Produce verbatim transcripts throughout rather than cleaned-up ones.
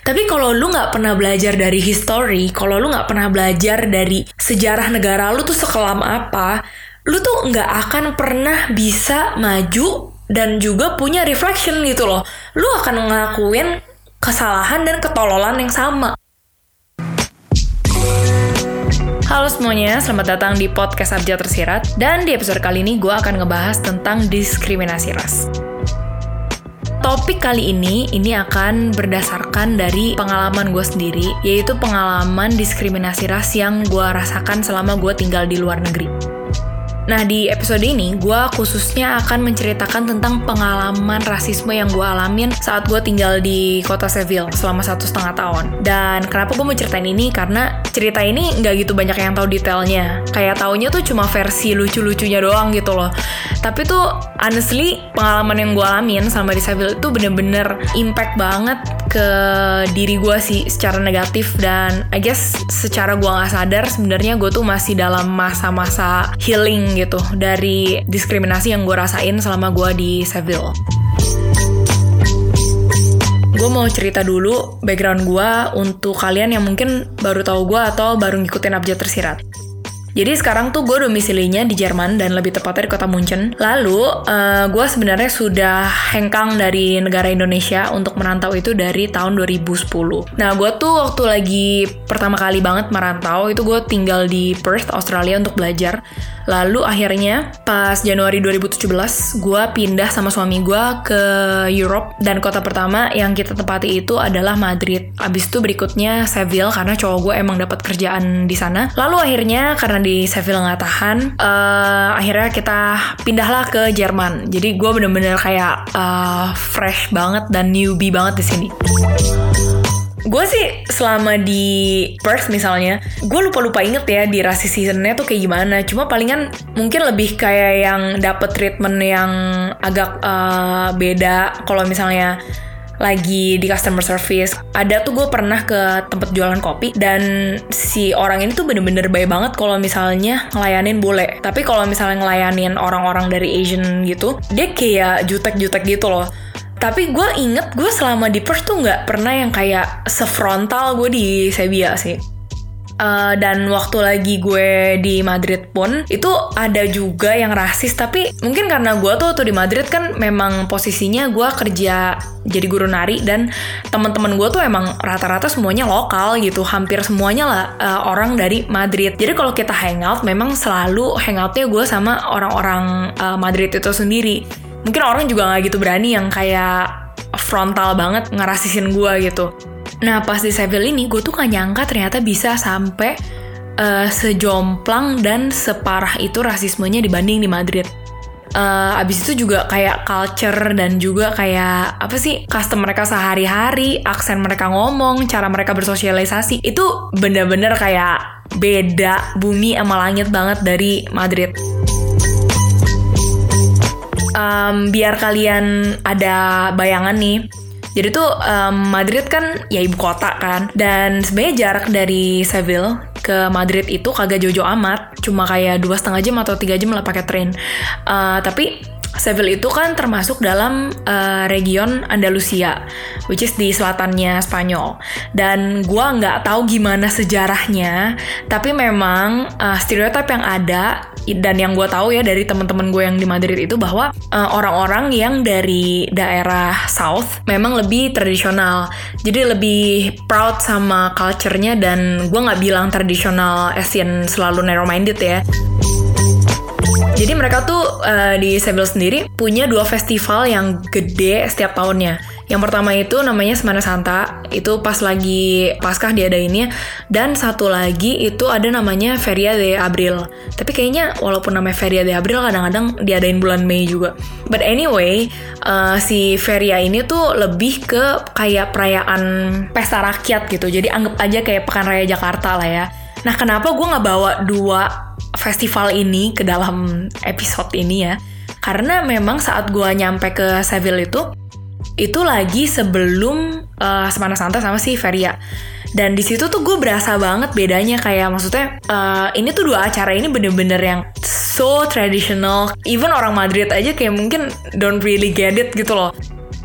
Tapi kalau lu nggak pernah belajar dari history, kalau lu nggak pernah belajar dari sejarah negara lu tuh sekelam apa, lu tuh nggak akan pernah bisa maju dan juga punya reflection gitu loh. Lu akan ngelakuin kesalahan dan ketololan yang sama. Halo semuanya, selamat datang di podcast Abjad Tersirat. Dan di episode kali ini gue akan ngebahas tentang diskriminasi ras. Topik kali ini, ini akan berdasarkan dari pengalaman gue sendiri, yaitu pengalaman diskriminasi ras yang gue rasakan selama gue tinggal di luar negeri. Nah, di episode ini, gue khususnya akan menceritakan tentang pengalaman rasisme yang gue alamin saat gue tinggal di kota Seville selama satu setengah tahun. Dan kenapa gue mau ceritain ini? Karena cerita ini nggak gitu banyak yang tahu detailnya. Kayak taunya tuh cuma versi lucu-lucunya doang gitu loh. Tapi tuh, honestly, pengalaman yang gue alamin selama di Seville itu bener-bener impact banget ke diri gue sih secara negatif. Dan I guess secara gue nggak sadar, sebenarnya gue tuh masih dalam masa-masa healing gitu dari diskriminasi yang gue rasain selama gue di Seville. Gue mau cerita dulu background gue untuk kalian yang mungkin baru tahu gue atau baru ngikutin Abjad Tersirat. Jadi sekarang tuh gue domisilinya di Jerman dan lebih tepatnya di kota Munchen. Lalu uh, gue sebenarnya sudah hengkang dari negara Indonesia untuk merantau itu dari tahun dua ribu sepuluh. Nah, gue tuh waktu lagi pertama kali banget merantau itu gue tinggal di Perth, Australia untuk belajar. Lalu akhirnya pas Januari dua ribu tujuh belas gue pindah sama suami gue ke Europe dan kota pertama yang kita tempati itu adalah Madrid. Abis itu berikutnya Seville karena cowok gue emang dapat kerjaan di sana. Lalu akhirnya karena di Seville nggak tahan, uh, akhirnya kita pindahlah ke Jerman. Jadi gue bener-bener kayak uh, fresh banget dan newbie banget di sini. Gue sih selama di Perth misalnya, gue lupa-lupa inget ya di rasis seasonnya tuh kayak gimana. Cuma palingan mungkin lebih kayak yang dapet treatment yang agak uh, beda. Kalau misalnya lagi di customer service, ada tuh gue pernah ke tempat jualan kopi dan si orang ini tuh bener-bener baik banget kalau misalnya ngelayanin bule. Tapi kalau misalnya ngelayanin orang-orang dari Asian gitu, dia kayak jutek-jutek gitu loh. Tapi gue inget gue selama di Perth tuh nggak pernah yang kayak sefrontal gue di Sevilla sih. Uh, dan waktu lagi gue di Madrid pun itu ada juga yang rasis. Tapi mungkin karena gue tuh tuh di Madrid kan memang posisinya gue kerja jadi guru nari dan teman-teman gue tuh emang rata-rata semuanya lokal gitu, hampir semuanya lah uh, orang dari Madrid. Jadi kalau kita hangout memang selalu hangoutnya gue sama orang-orang uh, Madrid itu sendiri. Mungkin orang juga gak gitu berani yang kayak frontal banget ngerasisin gue gitu. Nah pas di Seville ini gue tuh gak nyangka ternyata bisa sampai uh, sejomplang dan separah itu rasismenya dibanding di Madrid. Uh, abis itu juga kayak culture dan juga kayak apa sih custom mereka sehari-hari, aksen mereka ngomong, cara mereka bersosialisasi itu bener-bener kayak beda bumi sama langit banget dari Madrid. Um, biar kalian ada bayangan nih. Jadi tuh um, Madrid kan ya ibu kota kan. Dan sebenarnya jarak dari Seville ke Madrid itu kagak jauh-jauh amat. Cuma kayak dua setengah jam atau tiga jam lah pakai train. Uh, tapi Seville itu kan termasuk dalam uh, region Andalusia, which is di selatannya Spanyol. Dan gua nggak tahu gimana sejarahnya, tapi memang uh, stereotip yang ada dan yang gue tahu ya dari teman-teman gue yang di Madrid itu bahwa uh, orang-orang yang dari daerah South memang lebih tradisional, jadi lebih proud sama culture-nya. Dan gue nggak bilang tradisional as in selalu narrow-minded ya. Jadi mereka tuh uh, di Seville sendiri punya dua festival yang gede setiap tahunnya. Yang pertama itu namanya Semana Santa, itu pas lagi Paskah diadainnya. Dan satu lagi itu ada namanya Feria de Abril. Tapi kayaknya walaupun namanya Feria de Abril kadang-kadang diadain bulan Mei juga. But anyway, uh, si Feria ini tuh lebih ke kayak perayaan pesta rakyat gitu. Jadi anggap aja kayak Pekan Raya Jakarta lah ya. Nah kenapa gue gak bawa dua festival ini ke dalam episode ini ya? Karena memang saat gue nyampe ke Seville itu itu lagi sebelum uh, Semana Santa sama si Feria. Dan di situ tuh gue berasa banget bedanya, kayak maksudnya uh, ini tuh dua acara ini bener-bener yang so traditional. Even orang Madrid aja kayak mungkin don't really get it gitu loh.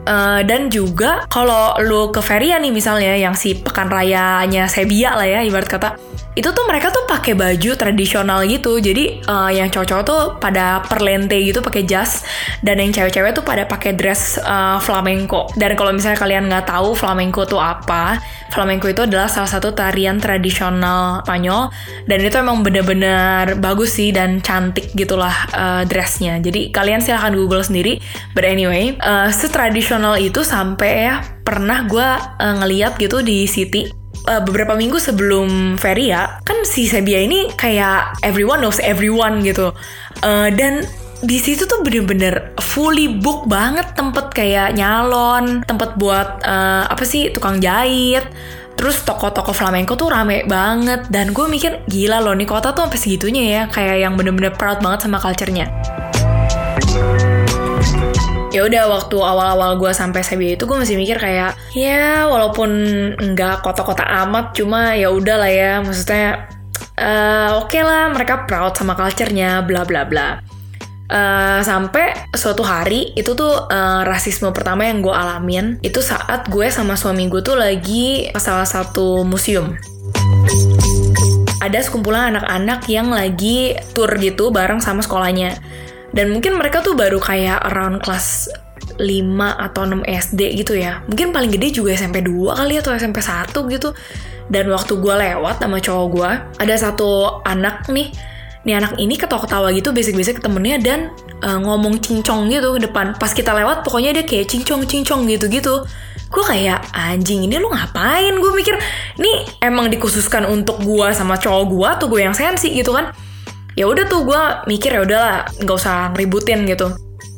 Uh, dan juga kalau lu ke Feria nih misalnya, yang si pekan rayanya Sebia lah ya ibarat kata, itu tuh mereka tuh pakai baju tradisional gitu. Jadi uh, yang cowok-cowok tuh pada perlente gitu pakai jas, dan yang cewek-cewek tuh pada pakai dress uh, flamenco. Dan kalau misalnya kalian nggak tahu flamenco tuh apa, flamenco itu adalah salah satu tarian tradisional Spanyol, dan itu emang bener-bener bagus sih dan cantik gitulah uh, dressnya. Jadi kalian silahkan Google sendiri. But anyway, uh, setradisional itu sampai ya pernah gue uh, ngeliat gitu di City. Uh, beberapa minggu sebelum Feria, kan si Sebia ini kayak everyone knows everyone gitu. Uh, dan di situ tuh bener-bener fully book banget, tempat kayak nyalon, tempat buat uh, apa sih tukang jahit. Terus toko-toko flamenco tuh rame banget. Dan gue mikir, gila loh nih kota tuh sampai segitunya ya, kayak yang bener-bener proud banget sama culture-nya. Ya udah, waktu awal-awal gue sampai Sebia itu gue masih mikir kayak, ya walaupun nggak kota-kota amat, cuma ya udah lah ya, maksudnya uh, oke okay lah, mereka proud sama culture-nya, bla bla bla. Uh, sampai suatu hari itu tuh uh, rasisme pertama yang gue alamin itu saat gue sama suami gue tuh lagi ke salah satu museum. Ada sekumpulan anak-anak yang lagi tour gitu bareng sama sekolahnya. Dan mungkin mereka tuh baru kayak around kelas lima atau enam S D gitu ya. Mungkin paling gede juga S M P dua kali atau S M P satu gitu. Dan waktu gue lewat sama cowok gue, ada satu anak nih. Nih anak ini ketawa-ketawa gitu, basic-basic ke temennya, dan uh, ngomong cincong gitu ke depan. Pas kita lewat, pokoknya dia kayak cincong-cincong gitu-gitu. Gue kayak, anjing ini lu ngapain? Gue mikir, ini emang dikhususkan untuk gue sama cowok gue atau gue yang sensi gitu kan? Ya udah tuh gue mikir ya udahlah, nggak usah ngeributin gitu.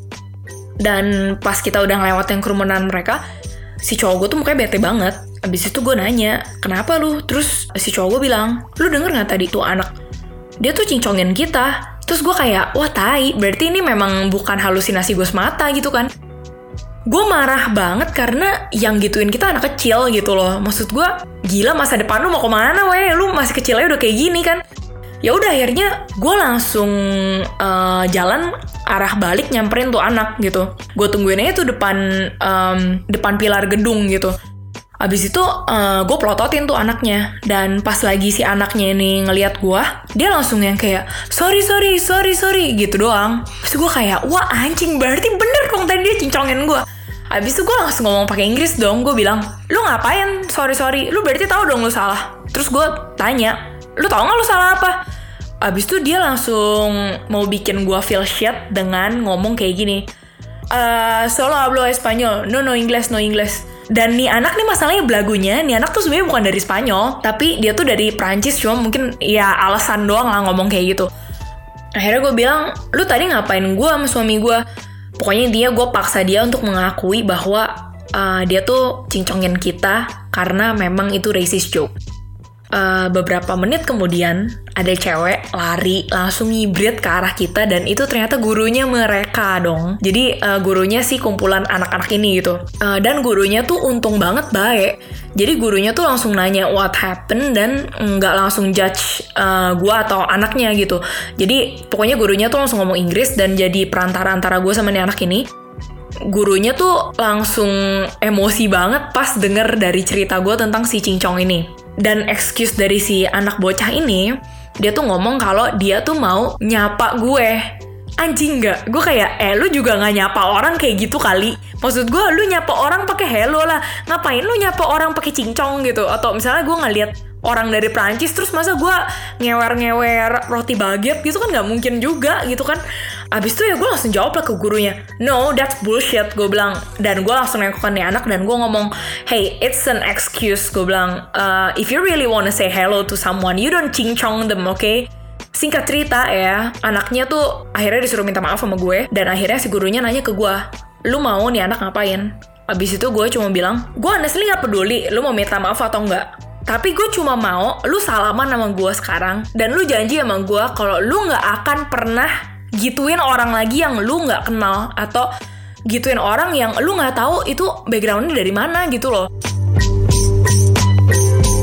Dan pas kita udah ngelewatin kerumunan mereka, si cowok gue tuh mukanya bete banget. Abis itu gue nanya, kenapa lu? Terus si cowok gue bilang, lu denger nggak tadi tuh anak? Dia tuh cincongin kita. Terus gue kayak, wah tai, berarti ini memang bukan halusinasi gue semata gitu kan. Gue marah banget karena yang gituin kita anak kecil gitu loh. Maksud gue, gila masa depan lu mau kemana weh? Lu masih kecil aja udah kayak gini kan. Ya udah akhirnya gue langsung uh, jalan arah balik nyamperin tuh anak gitu. Gue tungguin aja tuh depan um, depan pilar gedung gitu. Abis itu uh, gue pelototin tuh anaknya. Dan pas lagi si anaknya ini ngeliat gue, dia langsung yang kayak sorry sorry sorry sorry gitu doang. Terus gue kayak wah anjing, berarti bener dong tadi dia cincongin gue. Abis itu gue langsung ngomong pakai Inggris dong. Gue bilang, lu ngapain sorry sorry? Lu berarti tahu dong lu salah. Terus gue tanya, lu tau gak lu salah apa? Abis itu dia langsung mau bikin gue feel shit dengan ngomong kayak gini, uh, solo hablo Espanyol, no no English no English. Dan nih anak nih masalahnya belagunya, nih anak tuh sebenarnya bukan dari Spanyol, tapi dia tuh dari Prancis, cuma mungkin ya alasan doang lah ngomong kayak gitu. Akhirnya gue bilang, lu tadi ngapain gue sama suami gue? Pokoknya dia, gue paksa dia untuk mengakui bahwa uh, dia tuh cincongin kita karena memang itu racist joke. Uh, beberapa menit kemudian ada cewek lari langsung ngibrit ke arah kita, dan itu ternyata gurunya mereka dong. Jadi uh, gurunya sih kumpulan anak-anak ini gitu. Uh, dan gurunya tuh untung banget baik. Jadi gurunya tuh langsung nanya what happened dan nggak langsung judge uh, gue atau anaknya gitu. Jadi pokoknya gurunya tuh langsung ngomong Inggris dan jadi perantara antara gue sama nih anak ini. Gurunya tuh langsung emosi banget pas denger dari cerita gue tentang si cincong ini. Dan excuse dari si anak bocah ini, dia tuh ngomong kalau dia tuh mau nyapa gue. Anjing gak? Gue kayak, eh lu juga gak nyapa orang kayak gitu kali. Maksud gue, lu nyapa orang pakai hello lah. Ngapain lu nyapa orang pakai cincong gitu? Atau misalnya gue ngeliat orang dari Prancis, terus masa gue ngewer-ngewer roti baguette gitu kan gak mungkin juga gitu kan. Abis itu ya gue langsung jawab lah ke gurunya, no that's bullshit, gue bilang. Dan gue langsung nengokin nih anak dan gue ngomong, hey it's an excuse, gue bilang, uh, if you really wanna say hello to someone, you don't cincong them, okay? Singkat cerita ya, anaknya tuh akhirnya disuruh minta maaf sama gue. Dan akhirnya si gurunya nanya ke gue, lu mau nih anak ngapain? Abis itu gue cuma bilang, gue honestly gak peduli lu mau minta maaf atau enggak, tapi gue cuma mau lu salaman sama gue sekarang, dan lu janji sama gue kalau lu gak akan pernah gituin orang lagi yang lu gak kenal, atau gituin orang yang lu gak tahu itu backgroundnya dari mana gitu loh.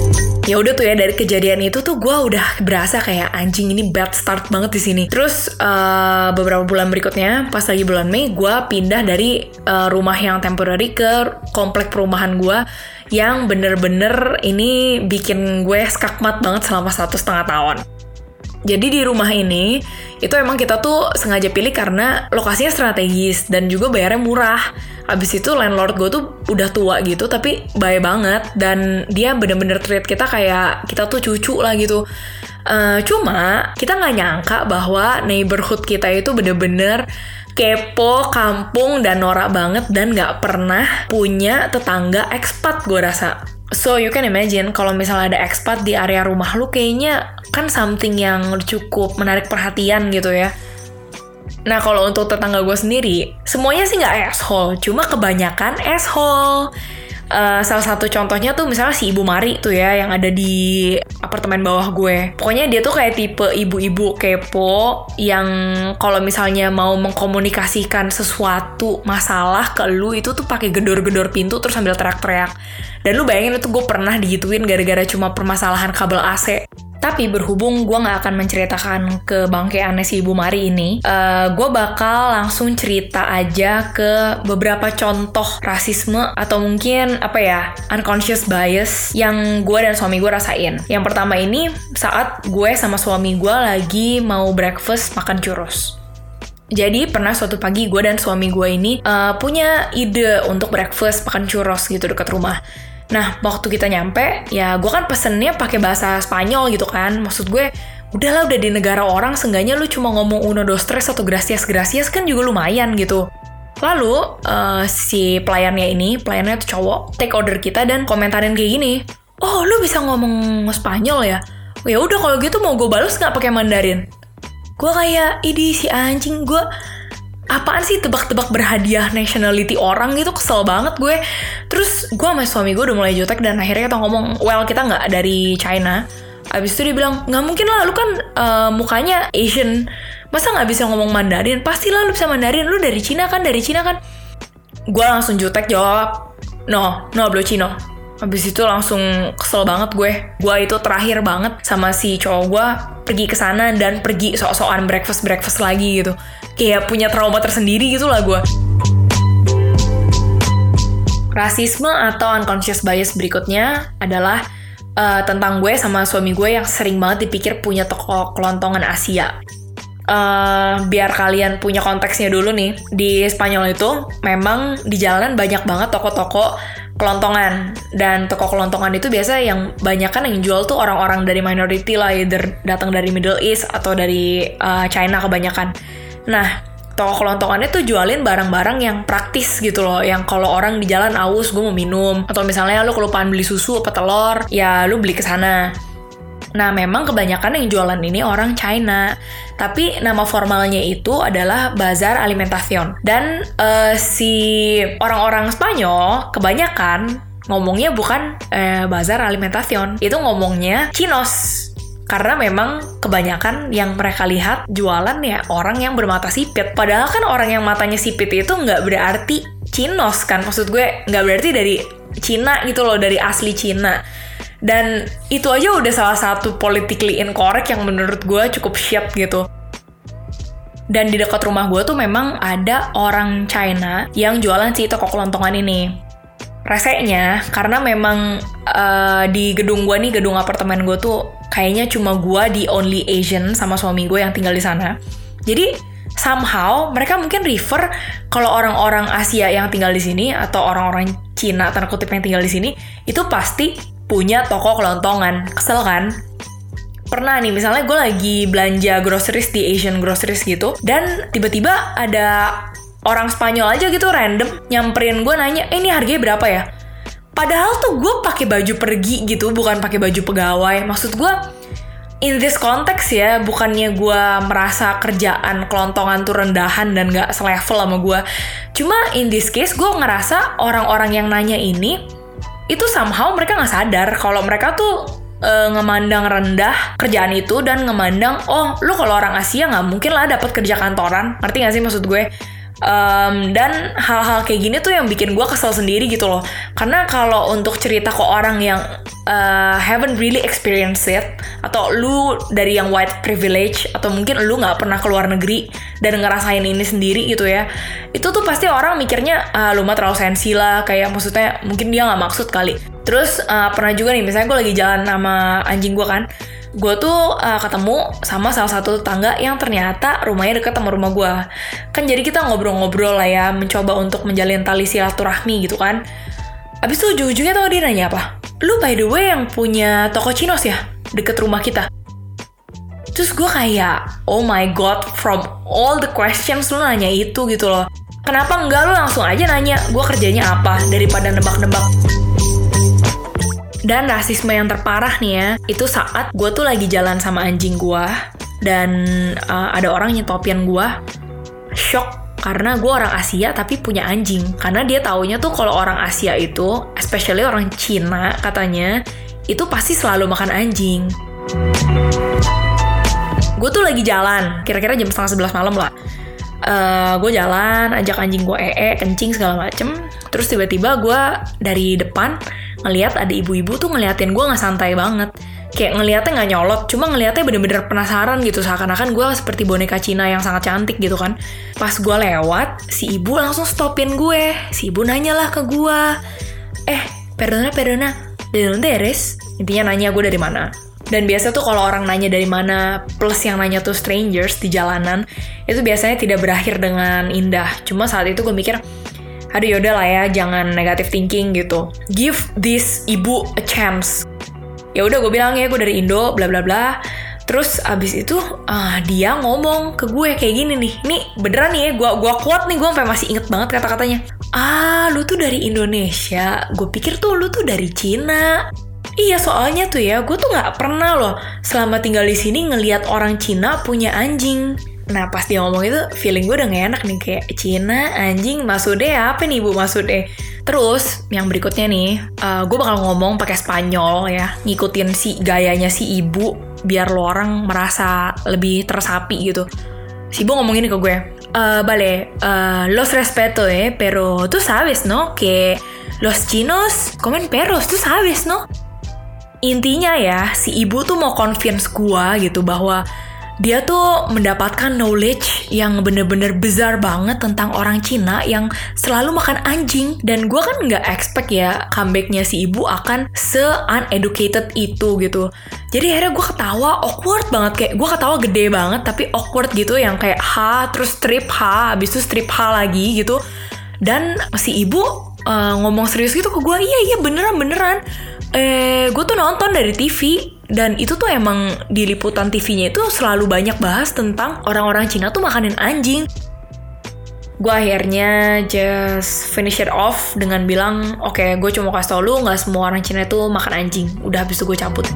Ya udah tuh ya, dari kejadian itu tuh gue udah berasa kayak anjing ini bad start banget di sini. Terus uh, beberapa bulan berikutnya pas lagi bulan Mei gue pindah dari uh, rumah yang temporary ke komplek perumahan gue yang bener-bener ini bikin gue skakmat banget selama satu setengah tahun. Jadi di rumah ini itu emang kita tuh sengaja pilih karena lokasinya strategis dan juga bayarnya murah. Abis itu landlord gue tuh udah tua gitu tapi baik banget dan dia bener-bener treat kita kayak kita tuh cucu lah gitu. Uh, cuma kita nggak nyangka bahwa neighborhood kita itu bener-bener kepo, kampung, dan norak banget dan nggak pernah punya tetangga ekspat gue rasa. So you can imagine kalau misalnya ada ekspat di area rumah lu kayaknya kan something yang cukup menarik perhatian gitu ya. Nah kalau untuk tetangga gue sendiri, semuanya sih nggak asshole, cuma kebanyakan asshole. Uh, salah satu contohnya tuh misalnya si Ibu Mari tuh ya yang ada di apartemen bawah gue. Pokoknya dia tuh kayak tipe ibu-ibu kepo yang kalau misalnya mau mengkomunikasikan sesuatu masalah ke lu itu tuh pakai gedor-gedor pintu terus sambil teriak-teriak. Dan lu bayangin itu gue pernah digituin gara-gara cuma permasalahan kabel A C. Tapi berhubung gue gak akan menceritakan kebangkeannya si Ibu Mari ini, uh, gue bakal langsung cerita aja ke beberapa contoh rasisme atau mungkin apa ya, unconscious bias yang gue dan suami gue rasain. Yang pertama ini saat gue sama suami gue lagi mau breakfast makan churros. Jadi pernah suatu pagi gue dan suami gue ini uh, punya ide untuk breakfast makan churros gitu dekat rumah. Nah, waktu kita nyampe, ya gue kan pesennya pakai bahasa Spanyol gitu kan. Maksud gue, udahlah udah di negara orang, seenggaknya lu cuma ngomong uno dos tres atau gracias gracias kan juga lumayan gitu. Lalu uh, si pelayannya ini, pelayannya tuh cowok, take order kita dan komentarin kayak gini. Oh, lu bisa ngomong Spanyol ya? Ya udah kalau gitu mau gue balas nggak pakai Mandarin? Gue kayak, idi si anjing gue. Apaan sih tebak-tebak berhadiah nationality orang gitu, kesel banget gue. Terus gue sama suami gue udah mulai jutek dan akhirnya kita ngomong, well kita nggak dari China. Abis itu dia bilang, nggak mungkin lah, lu kan uh, mukanya Asian, masa nggak bisa ngomong Mandarin? Pastilah lu bisa Mandarin, lu dari Cina kan, dari Cina kan. Gue langsung jutek jawab, no, no hablo chino. Abis itu langsung kesel banget gue. Gue itu terakhir banget sama si cowok gue pergi ke sana dan pergi sok-sokan breakfast-breakfast lagi gitu. Kayak punya trauma tersendiri gitu lah gue. Rasisme atau unconscious bias berikutnya adalah uh, tentang gue sama suami gue yang sering banget dipikir punya toko kelontongan Asia. Uh, biar kalian punya konteksnya dulu nih, di Spanyol itu memang di jalanan banyak banget toko-toko kelontongan, dan toko kelontongan itu biasa yang banyak kan yang jual tuh orang-orang dari minority lah, either datang dari Middle East atau dari uh, China kebanyakan. Nah, toko kelontongannya tuh jualin barang-barang yang praktis gitu loh, yang kalau orang di jalan aus gue mau minum, atau misalnya lu kelupaan beli susu apa telur, ya lu beli ke sana. Nah, memang kebanyakan yang jualan ini orang China, tapi nama formalnya itu adalah Bazar Alimentación. Dan uh, si orang-orang Spanyol kebanyakan ngomongnya bukan eh, Bazar Alimentación, itu ngomongnya Chinos. Karena memang kebanyakan yang mereka lihat jualan ya orang yang bermata sipit. Padahal kan orang yang matanya sipit itu nggak berarti Chinos kan, maksud gue nggak berarti dari Cina gitu loh, dari asli Cina. Dan itu aja udah salah satu politically incorrect yang menurut gue cukup shit gitu. Dan di dekat rumah gue tuh memang ada orang China yang jualan si toko kelontongan ini. Reseknya, karena memang uh, di gedung gue nih, gedung apartemen gue tuh kayaknya cuma gue the only Asian sama suami gue yang tinggal di sana. Jadi somehow mereka mungkin refer kalau orang-orang Asia yang tinggal di sini atau orang-orang Cina tanda kutip yang tinggal di sini itu pasti punya toko kelontongan. Kesel kan? Pernah nih, misalnya gue lagi belanja groceries di Asian groceries gitu, dan tiba-tiba ada orang Spanyol aja gitu random nyamperin gue nanya, eh ini harganya berapa ya? Padahal tuh gue pakai baju pergi gitu, bukan pakai baju pegawai. Maksud gue, in this context ya, bukannya gue merasa kerjaan kelontongan tuh rendahan dan gak selevel sama gue. Cuma in this case gue ngerasa orang-orang yang nanya ini itu somehow mereka nggak sadar kalau mereka tuh e, ngemandang rendah kerjaan itu dan ngemandang, oh lu kalau orang Asia nggak mungkin lah dapat kerja kantoran, ngerti nggak sih maksud gue? Um, dan hal-hal kayak gini tuh yang bikin gue kesel sendiri gitu loh. Karena kalau untuk cerita ke orang yang uh, haven't really experienced it, atau lu dari yang white privilege, atau mungkin lu gak pernah keluar negeri dan ngerasain ini sendiri gitu ya, itu tuh pasti orang mikirnya, ah, lu mah terlalu sensi lah, kayak maksudnya mungkin dia gak maksud kali. Terus uh, pernah juga nih, misalnya gue lagi jalan sama anjing gue kan, gue tuh uh, ketemu sama salah satu tetangga yang ternyata rumahnya deket sama rumah gue. Kan jadi kita ngobrol-ngobrol lah ya, mencoba untuk menjalin tali silaturahmi gitu kan. Abis itu ujung-ujungnya tau dia nanya apa? Lu by the way yang punya toko chinos ya? Deket rumah kita. Terus gue kayak, oh my god, from all the questions lu nanya itu gitu loh. Kenapa enggak lu langsung aja nanya, gue kerjanya apa, daripada nebak-nebak. Dan rasisme yang terparah nih ya, itu saat gue tuh lagi jalan sama anjing gue, dan uh, ada orang nyetopin gue, shock karena gue orang Asia tapi punya anjing. Karena dia taunya tuh kalau orang Asia itu, especially orang Cina katanya, itu pasti selalu makan anjing. Gue tuh lagi jalan, kira-kira jam setengah sebelas malam lah. Uh, gue jalan, ajak anjing gue ee, kencing segala macem. Terus tiba-tiba gue dari depan ngeliat ada ibu-ibu tuh ngeliatin gue gak santai banget. Kayak ngeliatnya gak nyolot, cuma ngeliatnya bener-bener penasaran gitu. Seakan-akan gue seperti boneka Cina yang sangat cantik gitu kan. Pas gue lewat, si ibu langsung stopin gue. Si ibu nanya lah ke gue, Eh, perdona, perdona, ¿de dónde eres? Intinya nanya gue dari mana. Dan biasa tuh kalau orang nanya dari mana, plus yang nanya tuh strangers di jalanan, itu biasanya tidak berakhir dengan indah. Cuma saat itu gue mikir, aduh yaudah lah ya, jangan negative thinking gitu. Give this ibu a chance. Ya udah gue bilang ya, gue dari Indo, bla bla bla. Terus abis itu uh, dia ngomong ke gue kayak gini nih. Nih beneran nih ya, gue gue kuat nih, gue sampai masih inget banget kata-katanya. Ah, lu tuh dari Indonesia. Gue pikir tuh lu tuh dari Cina. Iya, soalnya tuh ya, gue tuh nggak pernah loh selama tinggal di sini ngelihat orang Cina punya anjing. Nah, pas dia ngomong itu, feeling gue udah gak enak nih, kayak Cina, anjing, maksudnya apa nih ibu maksudnya? Terus, yang berikutnya nih, uh, gue bakal ngomong pakai Spanyol ya, ngikutin si gayanya si ibu, biar lo orang merasa lebih tersapi gitu. Si ibu ngomong ini ke gue, uh, vale, uh, los respeto eh, pero tú sabes, ¿no? Que los chinos comen perros, tú sabes, ¿no? Intinya ya, si ibu tuh mau convince gue gitu bahwa dia tuh mendapatkan knowledge yang bener-bener besar banget tentang orang Cina yang selalu makan anjing. Dan gue kan gak expect ya comebacknya si ibu akan se-uneducated itu gitu. Jadi akhirnya gue ketawa awkward banget, kayak gue ketawa gede banget tapi awkward gitu, yang kayak ha, terus strip ha, habis itu strip ha lagi gitu. Dan si ibu uh, ngomong serius gitu ke gue, iya iya beneran beneran. Eh, gue tuh nonton dari T V, dan itu tuh emang di liputan T V-nya itu selalu banyak bahas tentang orang-orang Cina tuh makanin anjing. Gue akhirnya just finish it off dengan bilang, oke, okay, gue cuma kasih tau lu, gak semua orang Cina itu makan anjing. Udah, habis itu gue cabut.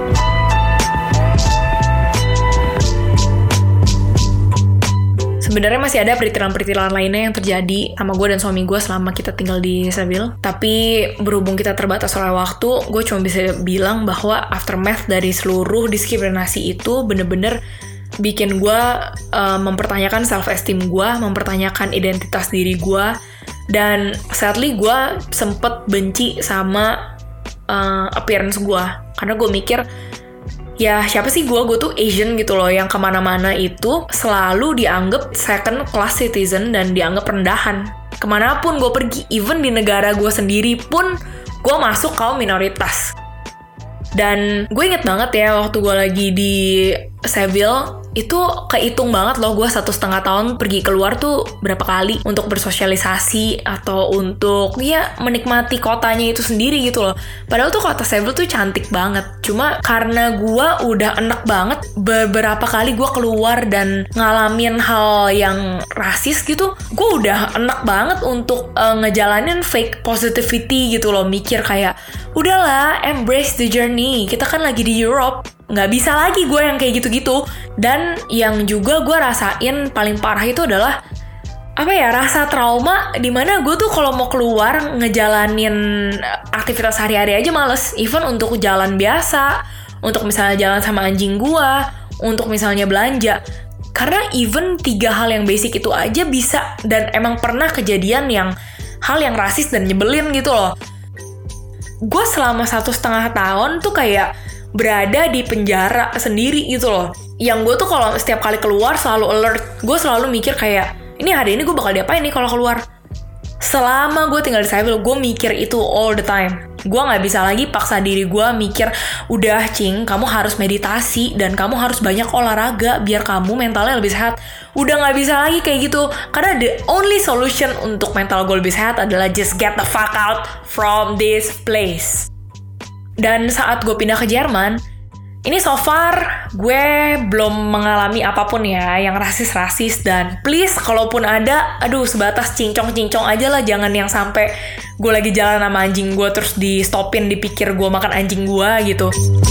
Sebenarnya masih ada peritilan-peritilan lainnya yang terjadi sama gue dan suami gue selama kita tinggal di Seville. Tapi berhubung kita terbatas oleh waktu, gue cuma bisa bilang bahwa aftermath dari seluruh diskriminasi itu bener-bener bikin gue uh, mempertanyakan self-esteem gue, mempertanyakan identitas diri gue. Dan sadly gue sempet benci sama uh, appearance gue. Karena gue mikir, ya siapa sih gue, gue tuh Asian gitu loh, yang kemana-mana itu selalu dianggap second class citizen dan dianggap rendahan. Kemanapun gue pergi, even di negara gue sendiri pun, gue masuk kaum minoritas. Dan gue inget banget ya, waktu gue lagi di Seville, itu kehitung banget loh gue satu setengah tahun pergi keluar tuh berapa kali untuk bersosialisasi atau untuk ya menikmati kotanya itu sendiri gitu loh. Padahal tuh kota Seville tuh cantik banget. Cuma karena gue udah enek banget beberapa kali gue keluar dan ngalamin hal yang rasis gitu, gue udah enek banget untuk uh, ngejalanin fake positivity gitu loh. Mikir kayak, udahlah, embrace the journey, kita kan lagi di Europe. Nggak bisa lagi gue yang kayak gitu-gitu. Dan yang juga gue rasain paling parah itu adalah apa ya, rasa trauma dimana gue tuh kalau mau keluar ngejalanin aktivitas sehari-hari aja males. Even untuk jalan biasa, untuk misalnya jalan sama anjing gue, untuk misalnya belanja, Karena even tiga hal yang basic itu aja bisa, dan emang pernah kejadian yang hal yang rasis dan nyebelin gitu loh. Gue selama satu setengah tahun tuh kayak berada di penjara sendiri gitu loh. Yang gue tuh kalau setiap kali keluar selalu alert. Gue selalu mikir kayak, ini hari ini gue bakal diapain nih kalau keluar. Selama gue tinggal di Seville, gue mikir itu all the time. Gue gak bisa lagi paksa diri gue mikir, udah Cing, kamu harus meditasi dan kamu harus banyak olahraga biar kamu mentalnya lebih sehat. Udah gak bisa lagi kayak gitu. Karena the only solution untuk mental gue lebih sehat adalah just get the fuck out from this place. Dan saat gue pindah ke Jerman, ini so far gue belum mengalami apapun ya yang rasis-rasis, dan please kalaupun ada, aduh sebatas cincong-cincong aja lah, jangan yang sampai gue lagi jalan sama anjing gue terus di stopin dipikir gue makan anjing gue gitu.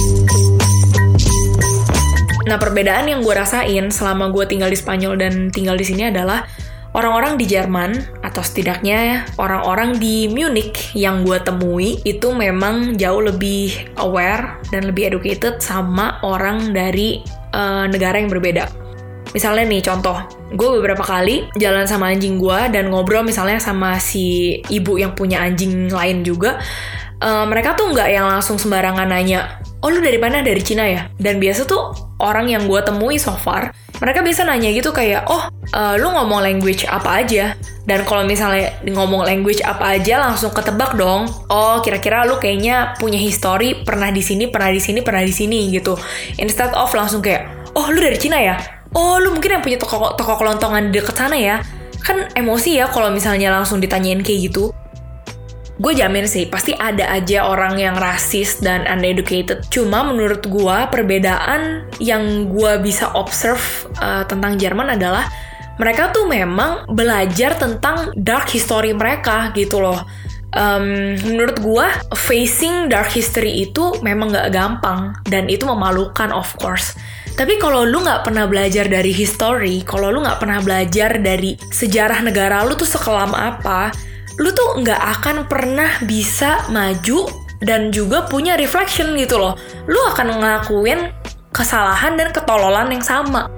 Nah, perbedaan yang gue rasain selama gue tinggal di Spanyol dan tinggal di sini adalah orang-orang di Jerman, atau setidaknya orang-orang di Munich yang gue temui, itu memang jauh lebih aware dan lebih educated sama orang dari uh, negara yang berbeda. Misalnya nih, contoh, gue beberapa kali jalan sama anjing gue dan ngobrol misalnya sama si ibu yang punya anjing lain juga. Uh, mereka tuh nggak yang langsung sembarangan nanya, oh lu dari mana? Dari Cina ya? Dan biasa tuh orang yang gue temui so far, mereka bisa nanya gitu kayak, oh uh, lu ngomong language apa aja? Dan kalau misalnya ngomong language apa aja langsung ketebak dong, oh kira-kira lu kayaknya punya history, pernah di sini, pernah di sini, pernah di sini gitu. Instead of langsung kayak, oh lu dari Cina ya? Oh lu mungkin yang punya toko, toko kelontongan di deket sana ya? Kan emosi ya kalau misalnya langsung ditanyain kayak gitu. Gue jamin sih, pasti ada aja orang yang rasis dan uneducated. Cuma menurut gue, perbedaan yang gue bisa observe uh, tentang Jerman adalah mereka tuh memang belajar tentang dark history mereka gitu loh. Um, menurut gue, facing dark history itu memang gak gampang. Dan itu memalukan of course. Tapi kalau lu gak pernah belajar dari history, kalau lu gak pernah belajar dari sejarah negara lu tuh sekelam apa, lu tuh nggak akan pernah bisa maju dan juga punya reflection gitu loh. Lu akan ngelakuin kesalahan dan ketololan yang sama.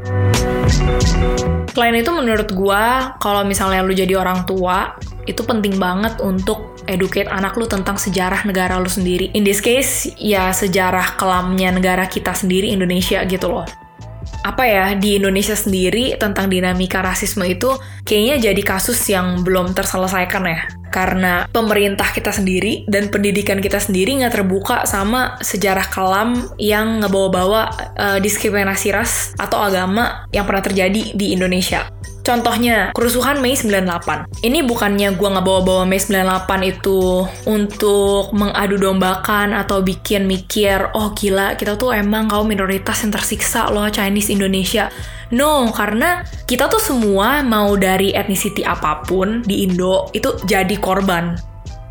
Selain itu menurut gua, kalau misalnya lu jadi orang tua, itu penting banget untuk educate anak lu tentang sejarah negara lu sendiri. In this case, ya sejarah kelamnya negara kita sendiri, Indonesia gitu loh. Apa ya, di Indonesia sendiri tentang dinamika rasisme itu kayaknya jadi kasus yang belum terselesaikan ya. Karena pemerintah kita sendiri dan pendidikan kita sendiri nggak terbuka sama sejarah kelam yang ngebawa-bawa uh, diskriminasi ras atau agama yang pernah terjadi di Indonesia. Contohnya, kerusuhan Mei sembilan puluh delapan. Ini bukannya gue ngebawa-bawa Mei sembilan puluh delapan itu untuk mengadu dombakan atau bikin mikir, oh gila, kita tuh emang kaum minoritas yang tersiksa loh, Chinese Indonesia. No, karena kita tuh semua mau dari ethnicity apapun di Indo itu jadi korban.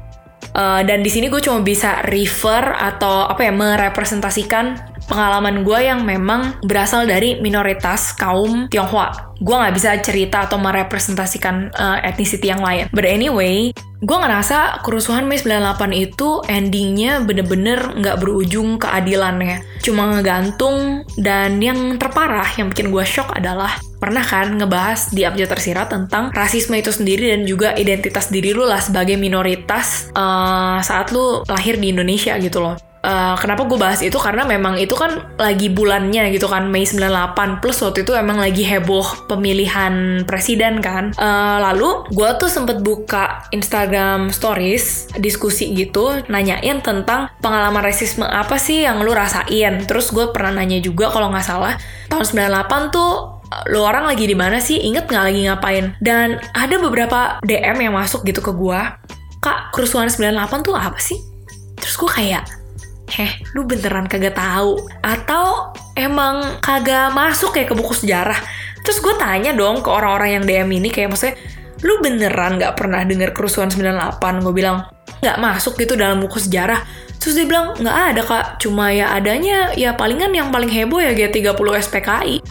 Uh, dan di sini gue cuma bisa refer atau apa ya, merepresentasikan pengalaman gue yang memang berasal dari minoritas kaum Tionghoa. Gue nggak bisa cerita atau merepresentasikan uh, ethnicity yang lain. But anyway, gue ngerasa kerusuhan Mei sembilan puluh delapan itu endingnya bener-bener nggak berujung keadilannya. Cuma ngegantung, dan yang terparah yang bikin gue shock adalah pernah kan ngebahas di Abjad Tersirat tentang rasisme itu sendiri dan juga identitas diri lu lah sebagai minoritas uh, saat lu lahir di Indonesia gitu loh. Uh, kenapa gue bahas itu? Karena memang itu kan lagi bulannya gitu kan, Mei sembilan puluh delapan, plus waktu itu emang lagi heboh pemilihan presiden kan. Uh, lalu gue tuh sempet buka Instagram stories, diskusi gitu, nanyain tentang pengalaman rasisme apa sih yang lu rasain. Terus gue pernah nanya juga kalau nggak salah, tahun sembilan puluh delapan tuh lu orang lagi di mana sih? Ingat nggak lagi ngapain? Dan ada beberapa D M yang masuk gitu ke gue, Kak, kerusuhan sembilan puluh delapan tuh apa sih? Terus gue kayak, heh, lu beneran kagak tahu? Atau emang kagak masuk kayak ke buku sejarah? Terus gue tanya dong ke orang-orang yang D M ini, kayak maksudnya, lu beneran gak pernah denger kerusuhan sembilan puluh delapan? Gue bilang, gak masuk gitu dalam buku sejarah. Terus dia bilang, gak ada kak, cuma ya adanya, ya palingan yang paling heboh ya G tiga puluh S P K I.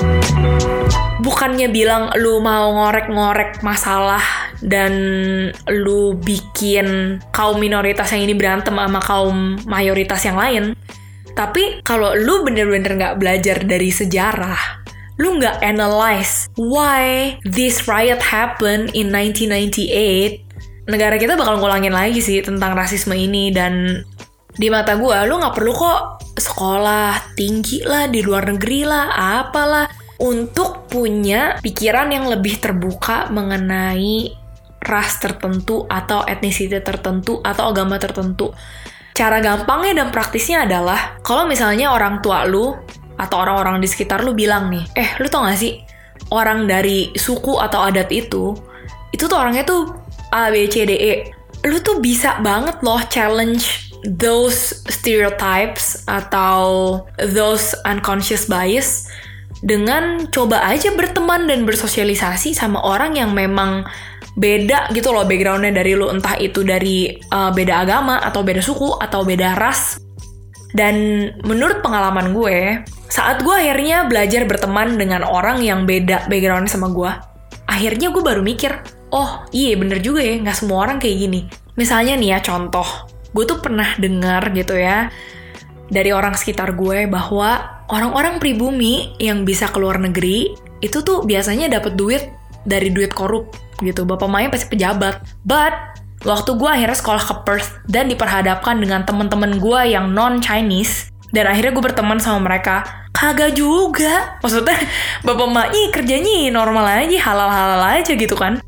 Bukannya bilang lu mau ngorek-ngorek masalah dan lu bikin kaum minoritas yang ini berantem sama kaum mayoritas yang lain. Tapi kalau lu bener-bener gak belajar dari sejarah, lu nggak analyze why this riot happened in nineteen ninety-eight, negara kita bakal ngulangin lagi sih tentang rasisme ini. Dan di mata gue, lu nggak perlu kok sekolah tinggi lah, di luar negeri lah, apalah, untuk punya pikiran yang lebih terbuka mengenai ras tertentu atau etnisiti tertentu atau agama tertentu. Cara gampangnya dan praktisnya adalah kalau misalnya orang tua lu atau orang-orang di sekitar lu bilang nih, eh lu tau gak sih orang dari suku atau adat itu, itu tuh orangnya tuh A, B, C, D, E. Lu tuh bisa banget loh challenge those stereotypes atau those unconscious bias dengan coba aja berteman dan bersosialisasi sama orang yang memang beda gitu loh backgroundnya dari lu, entah itu dari uh, beda agama atau beda suku atau beda ras. Dan menurut pengalaman gue, saat gue akhirnya belajar berteman dengan orang yang beda backgroundnya sama gue, akhirnya gue baru mikir, oh iya bener juga ya, gak semua orang kayak gini. Misalnya nih ya contoh, gue tuh pernah dengar gitu ya dari orang sekitar gue bahwa orang-orang pribumi yang bisa keluar negeri itu tuh biasanya dapat duit dari duit korup gitu, bapak mamanya pasti pejabat. But waktu gue akhirnya sekolah ke Perth dan diperhadapkan dengan teman-teman gue yang non-Chinese, dan akhirnya gue berteman sama mereka, kagak juga. Maksudnya bapak mamanya kerjanya normal aja, halal-halal aja gitu kan.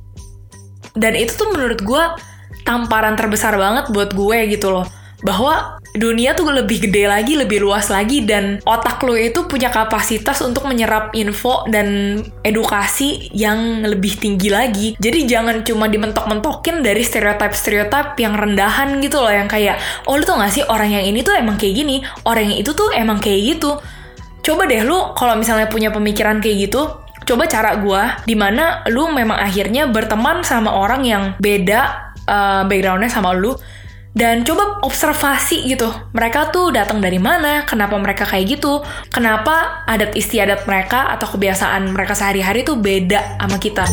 Dan itu tuh menurut gue tamparan terbesar banget buat gue gitu loh, bahwa dunia tuh lebih gede lagi, lebih luas lagi, dan otak lo itu punya kapasitas untuk menyerap info dan edukasi yang lebih tinggi lagi. Jadi jangan cuma dimentok-mentokin dari stereotip-stereotip yang rendahan gitu loh, yang kayak, oh lu tau gak sih orang yang ini tuh emang kayak gini, orang yang itu tuh emang kayak gitu. Coba deh lu kalau misalnya punya pemikiran kayak gitu, coba cara gua, dimana lu memang akhirnya berteman sama orang yang beda uh, backgroundnya sama lu, dan coba observasi gitu, mereka tuh datang dari mana, kenapa mereka kayak gitu, kenapa adat istiadat mereka atau kebiasaan mereka sehari-hari tuh beda sama kita.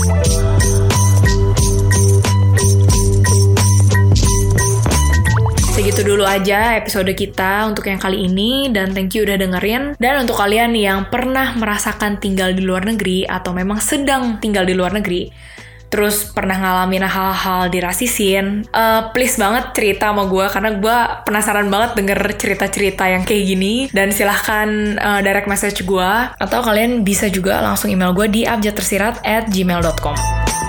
Segitu dulu aja episode kita untuk yang kali ini, dan thank you udah dengerin. Dan untuk kalian yang pernah merasakan tinggal di luar negeri atau memang sedang tinggal di luar negeri, terus pernah ngalamin hal-hal dirasisin, uh, please banget cerita sama gue, karena gue penasaran banget denger cerita-cerita yang kayak gini. Dan silahkan uh, direct message gue, atau kalian bisa juga langsung email gue di abjadtersirat at gmail dot com.